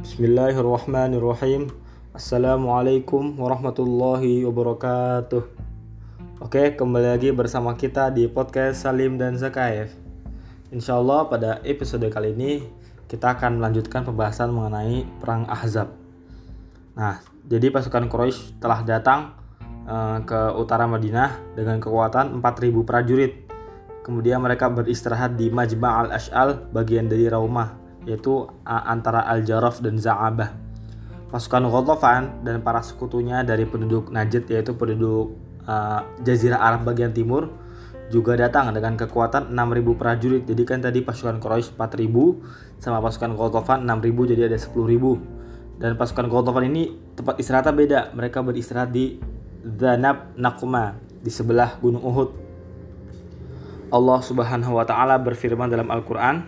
Bismillahirrahmanirrahim. Assalamualaikum warahmatullahi wabarakatuh. Oke, kembali lagi bersama kita di podcast Salim dan Zakaev. Insyaallah pada episode kali ini kita akan melanjutkan pembahasan mengenai perang Ahzab. Nah, jadi pasukan Quraisy telah datang ke utara Madinah dengan kekuatan 4.000 prajurit. Kemudian mereka beristirahat di Majma' al-Ash'al, bagian dari Raumah, yaitu antara Al-Jaraf dan Za'abah. Pasukan Ghatafan dan para sekutunya dari penduduk Najd, yaitu penduduk Jazirah Arab bagian timur, juga datang dengan kekuatan 6.000 prajurit. Jadi kan tadi pasukan Quraisy 4.000 sama pasukan Ghatafan 6.000, jadi ada 10.000. Dan pasukan Ghatafan ini tempat istirahatnya beda. Mereka beristirahat di Dhanab Naqma, di sebelah Gunung Uhud. Allah Subhanahu wa taala berfirman dalam Al-Qur'an,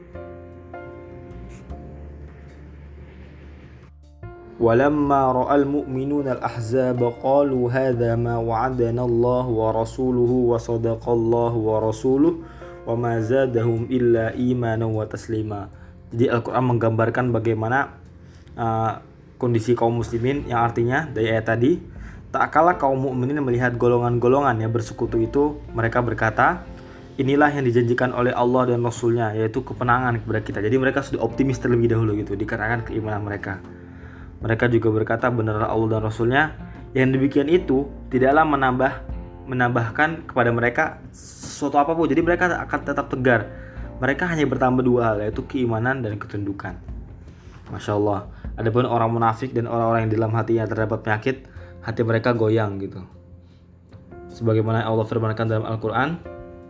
"Walamma ra'al mu'minuna al-ahzab qalu hadza ma wa'adana Allah wa rasuluhu wa sadaqallahu wa rasuluhu wa ma zadahum illa imanan wa taslima." Jadi Al-Qur'an menggambarkan bagaimana kondisi kaum muslimin, yang artinya dari ayat tadi, tak kala kaum mukminin melihat golongan-golongan yang bersekutu itu, mereka berkata, inilah yang dijanjikan oleh Allah dan Rasulnya, yaitu kemenangan kepada kita. Jadi mereka sudah optimis terlebih dahulu gitu, dikarenakan keimanan mereka. Mereka juga berkata, benarlah Allah dan Rasulnya. Yang demikian itu tidaklah menambahkan kepada mereka sesuatu apapun. Jadi mereka akan tetap tegar. Mereka hanya bertambah dua hal, yaitu keimanan dan ketundukan. Masya Allah. Adapun orang munafik dan orang-orang yang di dalam hatinya terdapat penyakit, hati mereka goyang gitu. Sebagaimana Allah firmankan dalam Al-Quran,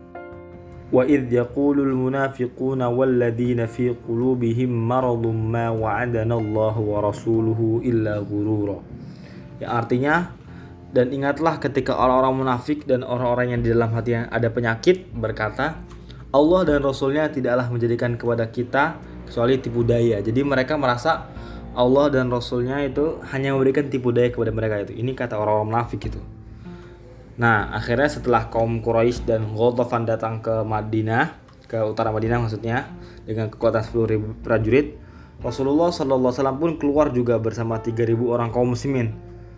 وَإِذْ يَقُولُ الْمُنَافِقُونَ وَالَّذِينَ فِي قُلُوبِهِمْ مَرَضٌ مَا وَعَدَنَا اللَّهُ وَرَسُولُهُ إِلَّا غُرُورًا. Yang artinya, dan ingatlah ketika orang-orang munafik dan orang-orang yang di dalam hatinya ada penyakit berkata, Allah dan Rasulnya tidaklah menjadikan kepada kita kecuali tipu daya. Jadi mereka merasa Allah dan Rasulnya itu hanya memberikan tipu daya kepada mereka itu. Ini kata orang-orang munafik itu. Nah, akhirnya setelah kaum Quraisy dan Ghatafan datang ke Madinah, ke utara Madinah maksudnya, dengan kekuatan 10.000 prajurit, Rasulullah SAW pun keluar juga bersama 3.000 orang kaum muslimin.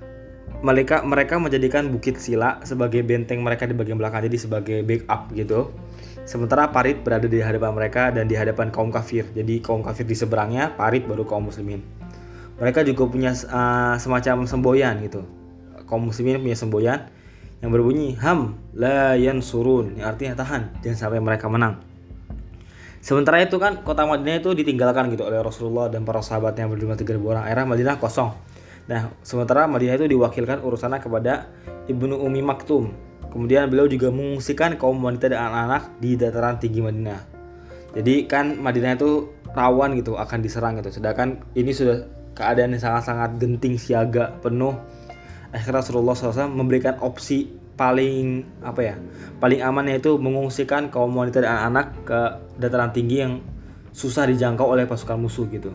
Mereka menjadikan Bukit Sila sebagai benteng mereka di bagian belakang, jadi sebagai backup gitu. Sementara parit berada di hadapan mereka dan di hadapan kaum kafir. Jadi kaum kafir di seberangnya, parit baru kaum muslimin. Mereka juga punya semacam semboyan gitu. Kaum muslimin punya semboyan yang berbunyi ham la yansurun, yang artinya tahan, jangan sampai mereka menang. Sementara itu kan kota Madinah itu ditinggalkan gitu oleh Rasulullah dan para sahabatnya berjumlah 3.000 orang. Akhirnya Madinah kosong. Nah, sementara Madinah itu diwakilkan urusannya kepada Ibnu Ummi Maktum. Kemudian beliau juga mengungsikan kaum wanita dan anak-anak di dataran tinggi Madinah. Jadi kan Madinah itu rawan gitu akan diserang gitu. Sedangkan ini sudah keadaan yang sangat-sangat genting, siaga, penuh. Akhirnya Rasulullah SAW memberikan opsi paling aman, yaitu mengungsikan kaum wanita dan anak-anak ke dataran tinggi yang susah dijangkau oleh pasukan musuh gitu.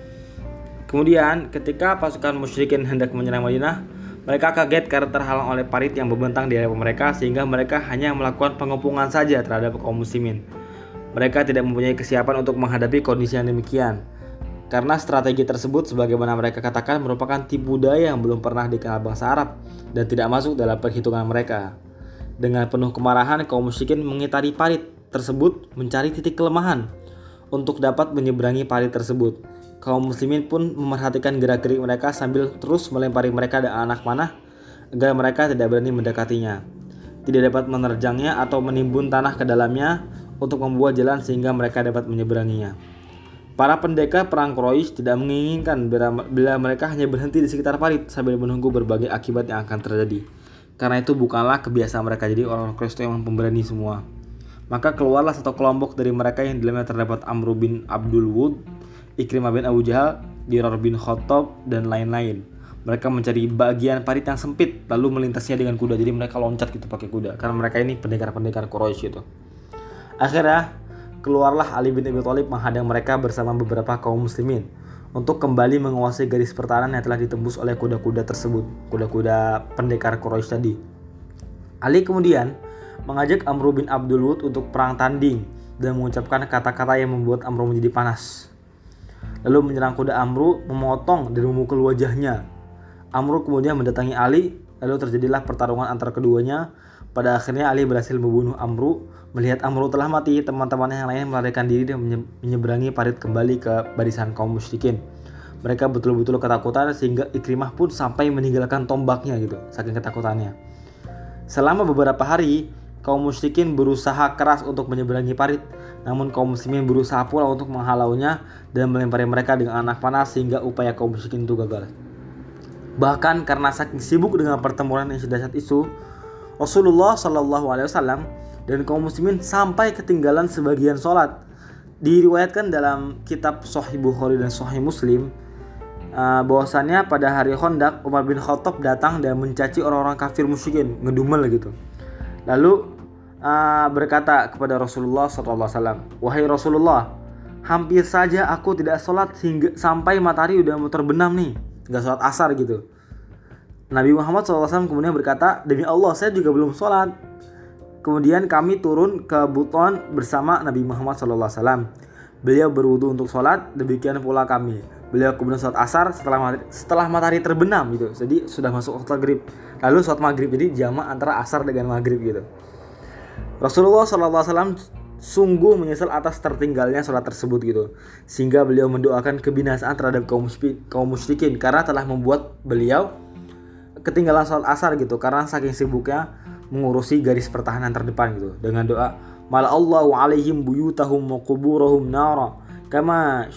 Kemudian ketika pasukan musyrikin hendak menyerang Madinah, mereka kaget karena terhalang oleh parit yang membentang di hadapan mereka, sehingga mereka hanya melakukan pengepungan saja terhadap kaum muslimin. Mereka tidak mempunyai kesiapan untuk menghadapi kondisi yang demikian. Karena strategi tersebut, sebagaimana mereka katakan, merupakan tipu daya yang belum pernah dikenal bangsa Arab dan tidak masuk dalam perhitungan mereka. Dengan penuh kemarahan, kaum musyrikin mengitari parit tersebut mencari titik kelemahan untuk dapat menyeberangi parit tersebut. Kaum muslimin pun memerhatikan gerak-gerik mereka sambil terus melempari mereka dan anak panah agar mereka tidak berani mendekatinya, tidak dapat menerjangnya atau menimbun tanah ke dalamnya untuk membuat jalan sehingga mereka dapat menyeberanginya. Para pendekar perang Quraisy tidak menginginkan bila mereka hanya berhenti di sekitar parit sambil menunggu berbagai akibat yang akan terjadi. Karena itu bukanlah kebiasaan mereka. Jadi orang Quraisy itu memang pemberani semua. Maka keluarlah satu kelompok dari mereka yang di dalamnya terdapat Amr bin Abdul Wud, Ikrimah bin Abu Jahal, Dirar bin Khattab, dan lain-lain. Mereka mencari bagian parit yang sempit lalu melintasnya dengan kuda. Jadi mereka loncat gitu pakai kuda karena mereka ini pendekar-pendekar Quraisy itu. Akhirnya keluarlah Ali bin Abi Thalib menghadang mereka bersama beberapa kaum muslimin untuk kembali menguasai garis pertahanan yang telah ditembus oleh kuda-kuda tersebut, kuda-kuda pendekar Quraisy tadi. Ali kemudian mengajak Amr bin Abdul Wud untuk perang tanding dan mengucapkan kata-kata yang membuat Amr menjadi panas. lalu menyerang kuda Amru, memotong dan memukul wajahnya. Amru kemudian mendatangi Ali, lalu terjadilah pertarungan antara keduanya. Pada akhirnya Ali berhasil membunuh Amru. Melihat Amru telah mati, teman-teman yang lain melarikan diri dan menyeberangi parit kembali ke barisan kaum musyrikin. Mereka betul-betul ketakutan sehingga Ikrimah pun sampai meninggalkan tombaknya gitu, saking ketakutannya. Selama beberapa hari, kaum musyrikin berusaha keras untuk menyeberangi parit, namun kaum muslimin berusaha pula untuk menghalaunya dan melempari mereka dengan anak panah sehingga upaya kaum musyrikin itu gagal. Bahkan karena saking sibuk dengan pertempuran yang dahsyat itu, Rasulullah SAW dan kaum muslimin sampai ketinggalan sebagian sholat. Diriwayatkan dalam kitab Sahih Bukhari dan Sahih Muslim bahwasannya pada hari Khandaq Umar bin Khattab datang dan mencaci orang-orang kafir musyrikin, ngedumel gitu. Lalu berkata kepada Rasulullah SAW, "Wahai Rasulullah, hampir saja aku tidak sholat hingga sampai matahari udah mau terbenam nih, nggak sholat asar gitu." Nabi Muhammad SAW kemudian berkata, "Demi Allah, saya juga belum sholat." Kemudian kami turun ke Buton bersama Nabi Muhammad SAW. Beliau berwudu untuk sholat, demikian pula kami. Beliau kemudian sholat asar setelah matahari terbenam gitu. Jadi sudah masuk waktu maghrib. Lalu sholat maghrib, jadi jamak antara asar dengan maghrib gitu. Rasulullah SAW sungguh menyesal atas tertinggalnya sholat tersebut gitu, sehingga beliau mendoakan kebinasaan terhadap kaum musyrikin karena telah membuat beliau ketinggalan sholat asar gitu, karena saking sibuknya mengurusi garis pertahanan terdepan gitu, dengan doa mala'allahu alaihim buyutahum wa quburahum nara kama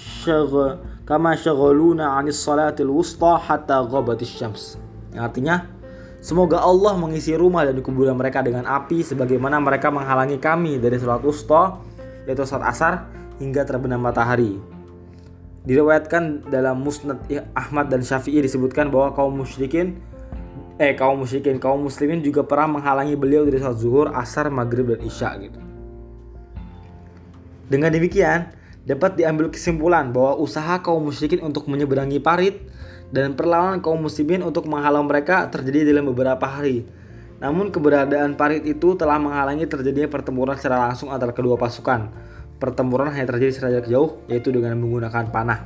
syaghaluna 'anis salatil wusta hatta ghabatis syams. Yang artinya, semoga Allah mengisi rumah dan kuburan mereka dengan api sebagaimana mereka menghalangi kami dari salat wusta, yaitu salat asar, hingga terbenam matahari. Diriwayatkan dalam Musnad Ahmad dan Syafi'i disebutkan bahwa kaum muslimin juga pernah menghalangi beliau dari salat zuhur, asar, maghrib, dan isya gitu. Dengan demikian, dapat diambil kesimpulan bahwa usaha kaum musyrikin untuk menyeberangi parit dan perlawanan kaum muslimin untuk menghalau mereka terjadi dalam beberapa hari. Namun keberadaan parit itu telah menghalangi terjadinya pertempuran secara langsung antara kedua pasukan. Pertempuran hanya terjadi secara jarak jauh, yaitu dengan menggunakan panah.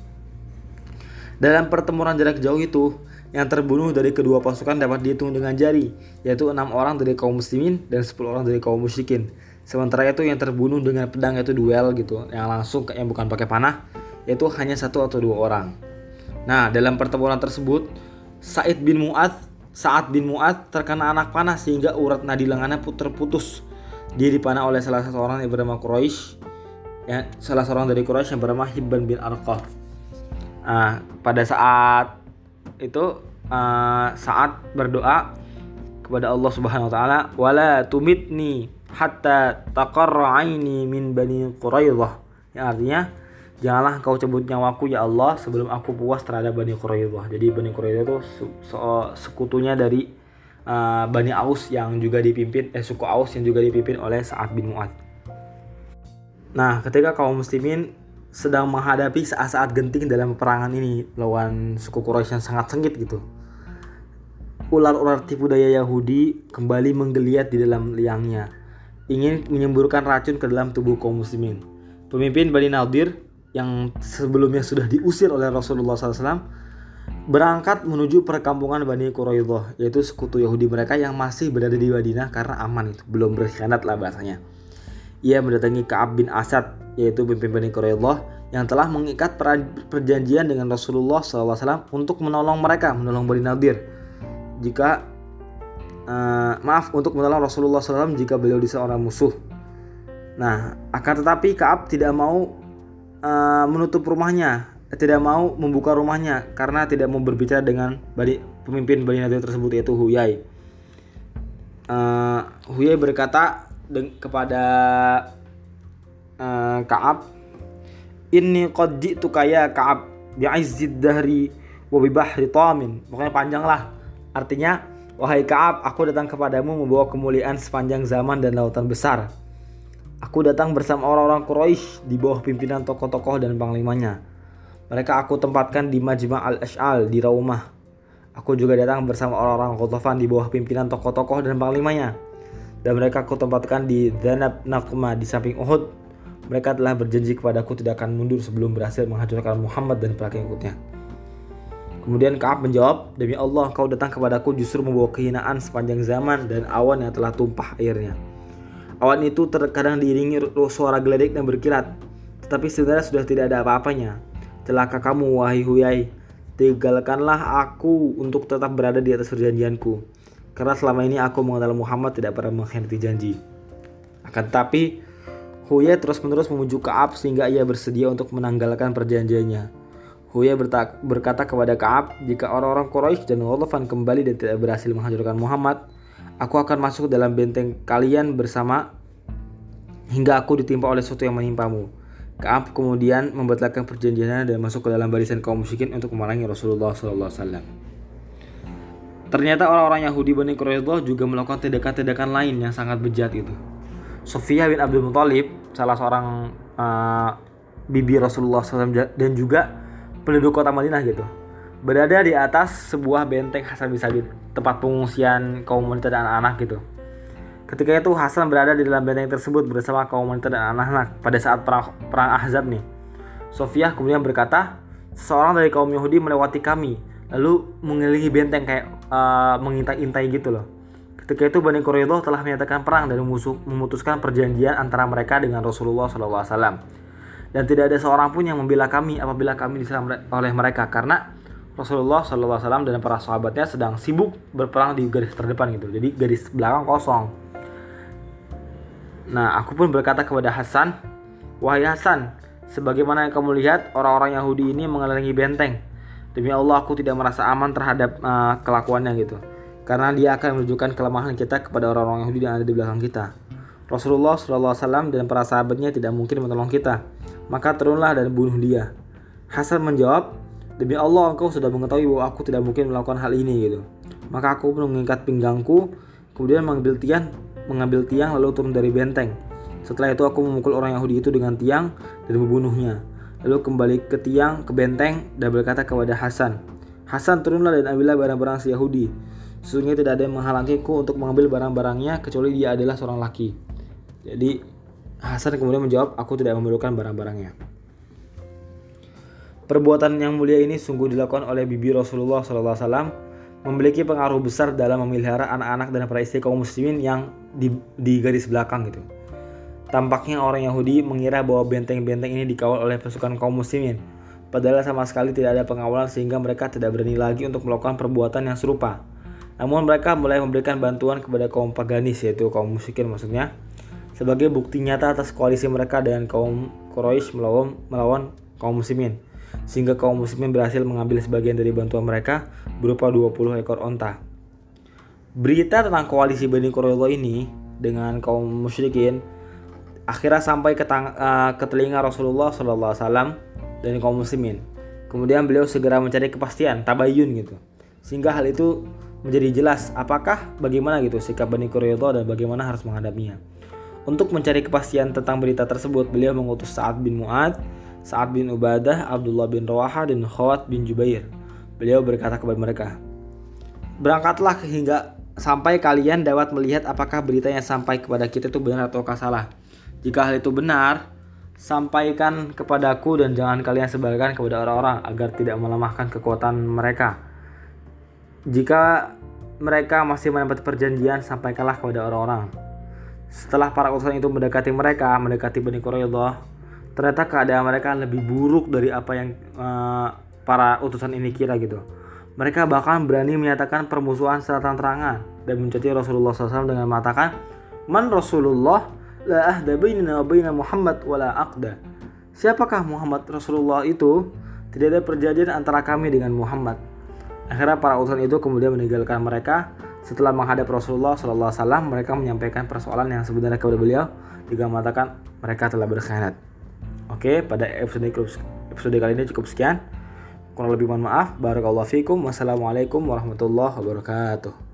Dalam pertempuran jarak jauh itu, yang terbunuh dari kedua pasukan dapat dihitung dengan jari, yaitu 6 orang dari kaum muslimin dan 10 orang dari kaum musyrikin. Sementara itu yang terbunuh dengan pedang itu duel gitu, yang langsung yang bukan pakai panah, yaitu hanya 1 atau 2 orang. Nah, dalam pertempuran tersebut, Sa'ad bin Mu'adz terkena anak panah sehingga urat nadi lengannya terputus. Dia dipanah oleh salah seorang yang bernama salah seorang dari Quraisy yang bernama Hibban bin Arqah. Pada saat itu Sa'ad berdoa kepada Allah Subhanahu wa taala, "Wala tumitni hatta taqarra 'aini min bani Quraidah." Yang artinya, janganlah kau cabut nyawaku ya Allah sebelum aku puas terhadap Bani Quraidah. Jadi Bani Quraidah itu sekutunya dari Bani Aus yang juga dipimpin suku Aus yang juga dipimpin oleh Sa'ad bin Mu'adz. Nah, ketika kaum muslimin sedang menghadapi saat-saat genting dalam peperangan ini lawan suku Quraisy yang sangat sengit gitu, ular-ular tipu daya Yahudi kembali menggeliat di dalam liangnya, ingin menyemburkan racun ke dalam tubuh kaum muslimin. Pemimpin Bani Nadir yang sebelumnya sudah diusir oleh Rasulullah SAW berangkat menuju perkampungan Bani Quraidah, yaitu sekutu Yahudi mereka yang masih berada di Madinah karena aman itu, belum berkhianat lah bahasanya. Ia mendatangi Ka'ab bin Asad, yaitu pemimpin Bani Quraidah yang telah mengikat perjanjian dengan Rasulullah SAW untuk menolong Bani Nadir untuk menolong Rasulullah SAW jika beliau diserang musuh. Nah, akan tetapi Ka'ab tidak mau tidak mau membuka rumahnya karena tidak mau berbicara dengan pemimpin Bani Nadir tersebut, yaitu Huyai. Huyai berkata kepada Ka'ab, "Inni qad ji'tuka ya Ka'ab bi'izzid dahri wa bi bahri tamin." Pokoknya panjang lah. Artinya, "Wahai Ka'ab, aku datang kepadamu membawa kemuliaan sepanjang zaman dan lautan besar. Aku datang bersama orang-orang Quraisy di bawah pimpinan tokoh-tokoh dan panglimanya. Mereka aku tempatkan di Majma' al-Ash'al di Raumah. Aku juga datang bersama orang-orang Ghatafan di bawah pimpinan tokoh-tokoh dan panglimanya. Dan mereka aku tempatkan di Dhanab Naqma di samping Uhud. mereka telah berjanji kepadaku tidak akan mundur sebelum berhasil menghancurkan Muhammad dan para pengikutnya. Kemudian Ka'ab menjawab, demi Allah engkau datang kepadaku justru membawa kehinaan sepanjang zaman dan awan yang telah tumpah airnya. Awan itu terkadang diiringi suara geledek dan berkilat, tetapi sebenarnya sudah tidak ada apa-apanya. Celaka kamu wahai Huyai, tinggalkanlah aku untuk tetap berada di atas perjanjianku, karena selama ini aku mengenal Muhammad tidak pernah mengkhianati janji. Akan tetapi Huyai terus-menerus memujuk Ka'ab sehingga ia bersedia untuk menanggalkan perjanjiannya. Huyai berkata kepada Ka'ab, jika orang-orang Quraisy dan Ghatafan kembali dan tidak berhasil menghancurkan Muhammad, aku akan masuk dalam benteng kalian bersama hingga aku ditimpa oleh sesuatu yang menimpamu. Ka'ab kemudian membatalkan perjanjiannya dan masuk ke dalam barisan kaum musyrikin untuk memerangi Rasulullah SAW. Ternyata orang-orang Yahudi Bani Quraidah juga melakukan tindakan-tindakan lain yang sangat bejat itu. Sofiyah bin Abdul Muthalib, salah seorang bibi Rasulullah SAW dan juga penduduk kota Madinah gitu, berada di atas sebuah benteng Hasan bin Sabit, tempat pengungsian kaum wanita dan anak-anak gitu. Ketika itu Hasan berada di dalam benteng tersebut bersama kaum wanita dan anak-anak pada saat perang Ahzab nih. Sofiyah kemudian berkata, seseorang dari kaum Yahudi melewati kami lalu mengelilingi benteng kayak mengintai-intai gitu loh. Ketika itu Bani Quraidah telah menyatakan perang dan memutuskan perjanjian antara mereka dengan Rasulullah SAW. Dan tidak ada seorang pun yang membela kami apabila kami diserang oleh mereka, karena Rasulullah SAW dan para sahabatnya sedang sibuk berperang di garis terdepan gitu. Jadi garis belakang kosong. Nah, aku pun berkata kepada Hasan, wahai Hasan, sebagaimana yang kamu lihat orang-orang Yahudi ini mengelilingi benteng. Demi Allah aku tidak merasa aman terhadap kelakuannya gitu, karena dia akan menunjukkan kelemahan kita kepada orang-orang Yahudi yang ada di belakang kita. Rasulullah SAW dan para sahabatnya tidak mungkin menolong kita, maka turunlah dan bunuh dia. Hasan menjawab, demi Allah engkau sudah mengetahui bahwa aku tidak mungkin melakukan hal ini gitu. Maka aku pun mengikat pinggangku, kemudian mengambil tiang lalu turun dari benteng. Setelah itu aku memukul orang Yahudi itu dengan tiang dan membunuhnya. Lalu kembali ke benteng dan berkata kepada Hasan, Hasan turunlah dan ambillah barang-barang si Yahudi. Sesungguhnya tidak ada yang menghalangiku untuk mengambil barang-barangnya kecuali dia adalah seorang laki. Jadi Hasan kemudian menjawab, aku tidak memerlukan barang-barangnya. Perbuatan yang mulia ini sungguh dilakukan oleh bibi Rasulullah SAW, memiliki pengaruh besar dalam memelihara anak-anak dan para istri kaum muslimin yang di garis belakang gitu. Tampaknya orang Yahudi mengira bahwa benteng-benteng ini dikawal oleh pasukan kaum muslimin, padahal sama sekali tidak ada pengawalan sehingga mereka tidak berani lagi untuk melakukan perbuatan yang serupa. Namun mereka mulai memberikan bantuan kepada kaum paganis, yaitu kaum musyrikin maksudnya, sebagai bukti nyata atas koalisi mereka dengan kaum Quraisy melawan kaum muslimin, sehingga kaum muslimin berhasil mengambil sebagian dari bantuan mereka berupa 20 ekor onta. Berita tentang koalisi Bani Quraidah ini dengan kaum musyrikin akhirnya sampai ke telinga Rasulullah SAW dan kaum muslimin. Kemudian beliau segera mencari kepastian, tabayun gitu, sehingga hal itu menjadi jelas bagaimana gitu sikap Bani Quraidah dan bagaimana harus menghadapinya. Untuk mencari kepastian tentang berita tersebut, beliau mengutus Sa'ad bin Mu'ad, Sa'ad bin Ubadah, Abdullah bin Rawaha, dan Khawat bin Jubair. Beliau berkata kepada mereka, berangkatlah hingga sampai kalian dapat melihat apakah berita yang sampai kepada kita itu benar ataukah salah. Jika hal itu benar, sampaikan kepadaku dan jangan kalian sebarkan kepada orang-orang agar tidak melemahkan kekuatan mereka. Jika mereka masih menepati perjanjian, sampaikanlah kepada orang-orang. Setelah para utusan itu mendekati Bani Quraidah, ternyata keadaan mereka lebih buruk dari apa yang para utusan ini kira gitu. Mereka bahkan berani menyatakan permusuhan secara terang-terangan dan mencaci Rasulullah SAW dengan mengatakan, Man Rasulullah la ahda bainana wa baina Muhammad wala aqda. Siapakah Muhammad? Rasulullah itu tidak ada perjanjian antara kami dengan Muhammad. Akhirnya para utusan itu kemudian meninggalkan mereka. Setelah menghadap Rasulullah SAW, mereka menyampaikan persoalan yang sebenarnya kepada beliau dengan mengatakan mereka telah berkhianat. Oke, pada episode kali ini cukup sekian. Kurang lebih mohon maaf. Barakallahu fikum. Wassalamualaikum warahmatullahi wabarakatuh.